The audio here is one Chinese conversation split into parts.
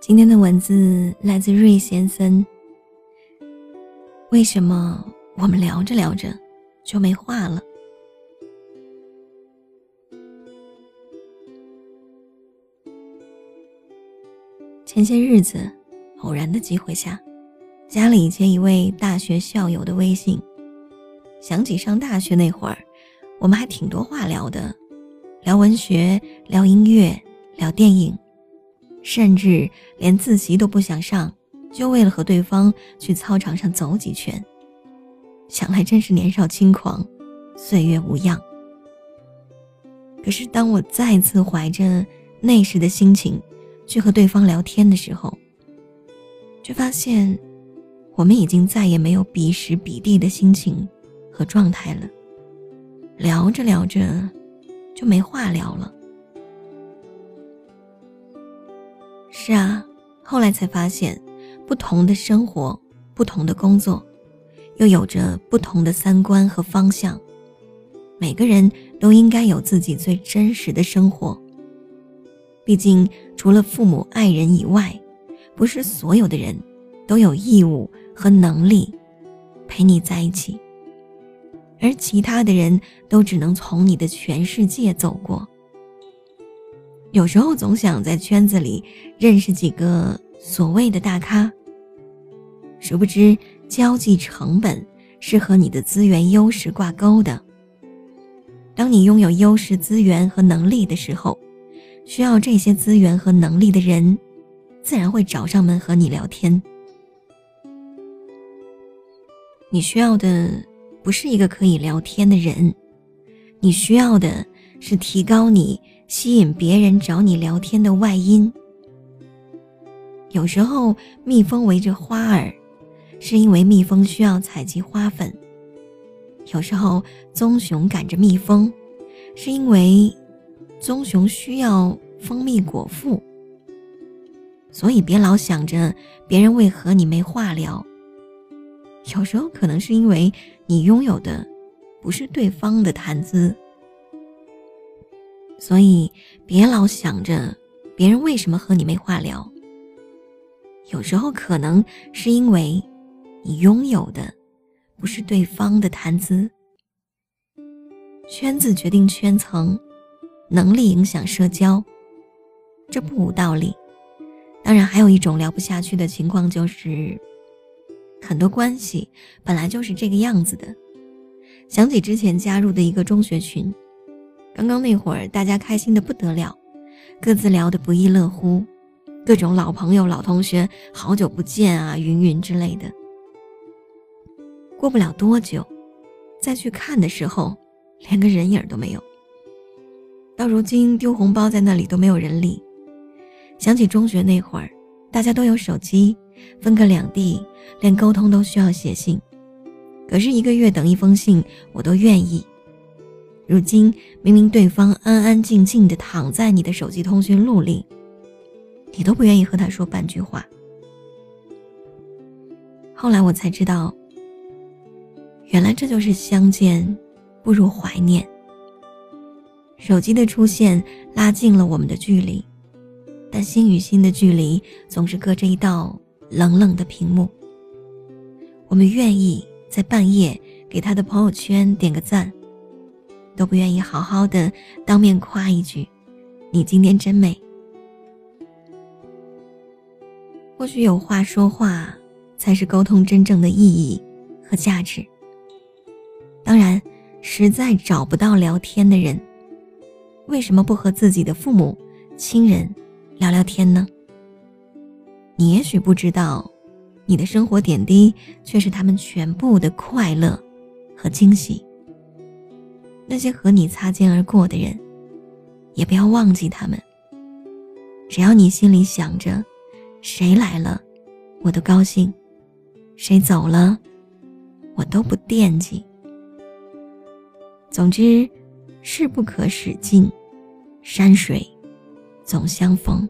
今天的文字来自瑞先生。为什么我们聊着聊着就没话了？前些日子偶然的机会下，加了以前一位大学校友的微信，想起上大学那会儿，我们还挺多话聊的，聊文学，聊音乐，聊电影，甚至连自习都不想上，就为了和对方去操场上走几圈。想来真是年少轻狂，岁月无恙。可是当我再次怀着那时的心情去和对方聊天的时候，却发现我们已经再也没有彼时彼地的心情和状态了，聊着聊着就没话聊了。是啊，后来才发现，不同的生活，不同的工作，又有着不同的三观和方向。每个人都应该有自己最真实的生活。毕竟除了父母爱人以外，不是所有的人都有义务和能力陪你在一起，而其他的人都只能从你的全世界走过。有时候总想在圈子里认识几个所谓的大咖，殊不知交际成本是和你的资源优势挂钩的。当你拥有优势资源和能力的时候，需要这些资源和能力的人自然会找上门和你聊天。你需要的不是一个可以聊天的人，你需要的是提高你吸引别人找你聊天的外因。有时候蜜蜂围着花儿，是因为蜜蜂需要采集花粉；有时候棕熊赶着蜜蜂，是因为棕熊需要蜂蜜果腹。所以别老想着别人为何你没话聊，有时候可能是因为你拥有的不是对方的谈资。所以别老想着别人为什么和你没话聊，有时候可能是因为你拥有的不是对方的谈资。圈子决定圈层，能力影响社交，这不无道理。当然还有一种聊不下去的情况，就是很多关系本来就是这个样子的。想起之前加入的一个中学群，刚刚那会儿大家开心得不得了，各自聊得不亦乐乎，各种老朋友老同学好久不见啊云云之类的。过不了多久再去看的时候，连个人影都没有。到如今丢红包在那里都没有人理。想起中学那会儿，大家都有手机，分隔两地，连沟通都需要写信，可是1个月等一封信我都愿意。如今明明对方安安静静地躺在你的手机通讯录里，你都不愿意和他说半句话。后来我才知道，原来这就是相见不如怀念。手机的出现拉近了我们的距离，但心与心的距离总是隔着一道冷冷的屏幕。我们愿意在半夜给他的朋友圈点个赞，都不愿意好好的当面夸一句你今天真美。或许有话说话才是沟通真正的意义和价值。当然实在找不到聊天的人，为什么不和自己的父母亲人聊聊天呢？你也许不知道，你的生活点滴却是他们全部的快乐和惊喜。那些和你擦肩而过的人，也不要忘记他们。只要你心里想着，谁来了我都高兴，谁走了我都不惦记。总之，势不可使尽，山水总相逢。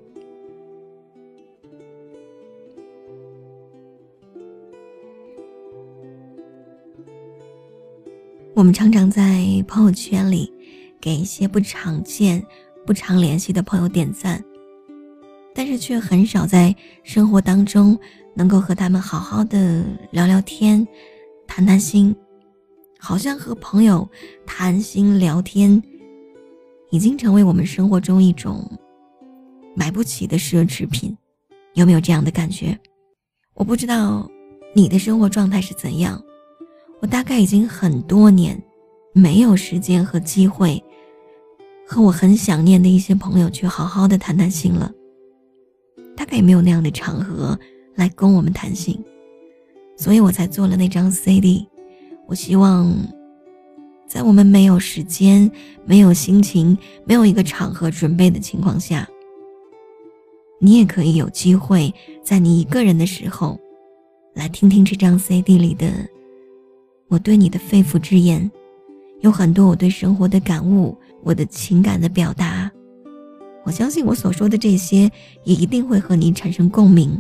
我们常常在朋友圈里给一些不常见、不常联系的朋友点赞， 但是却很少在生活当中能够和他们好好的聊聊天，谈谈心。好像和朋友谈心聊天已经成为我们生活中一种买不起的奢侈品。有没有这样的感觉？我不知道你的生活状态是怎样，我大概已经很多年没有时间和机会和我很想念的一些朋友去好好的谈谈心了，大概也没有那样的场合来供我们谈心，所以我才做了那张 CD。 我希望在我们没有时间、没有心情、没有一个场合准备的情况下，你也可以有机会在你一个人的时候来听听这张 CD 里的我对你的肺腑之言，有很多我对生活的感悟，我的情感的表达。我相信我所说的这些也一定会和你产生共鸣。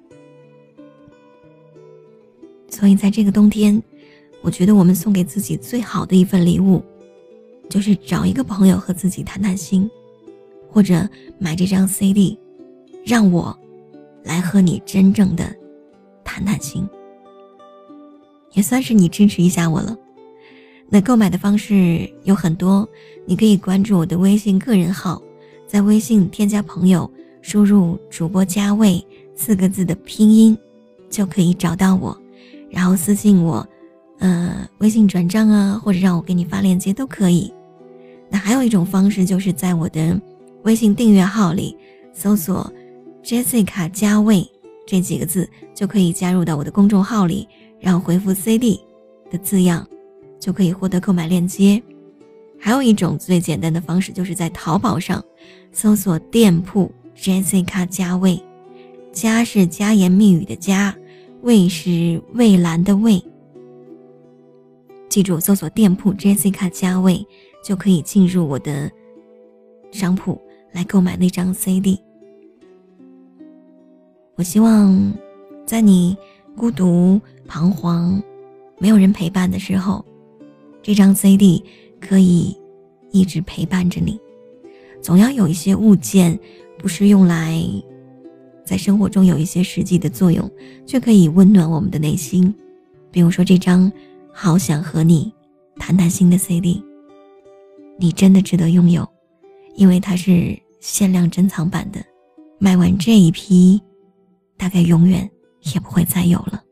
所以在这个冬天，我觉得我们送给自己最好的一份礼物，就是找一个朋友和自己谈谈心，或者买这张 CD， 让我来和你真正的谈谈心，也算是你支持一下我了。那购买的方式有很多，你可以关注我的微信个人号，在微信添加朋友，输入主播家卫4个字的拼音就可以找到我，然后私信我微信转账啊，或者让我给你发链接都可以。那还有一种方式，就是在我的微信订阅号里搜索 Jessica 家卫这几个字，就可以加入到我的公众号里，然后回复 CD 的字样，就可以获得购买链接。还有一种最简单的方式，就是在淘宝上搜索店铺 Jessica 家卫，家是家言密语的家，卫是蔚蓝的蔚。记住，搜索店铺 Jessica 家卫就可以进入我的商铺来购买那张 CD。 我希望在你孤独彷徨没有人陪伴的时候，这张 CD 可以一直陪伴着你。总要有一些物件不是用来在生活中有一些实际的作用，却可以温暖我们的内心。比如说这张好想和你谈谈心的 CD， 你真的值得拥有，因为它是限量珍藏版的，卖完这一批大概永远也不会再有了。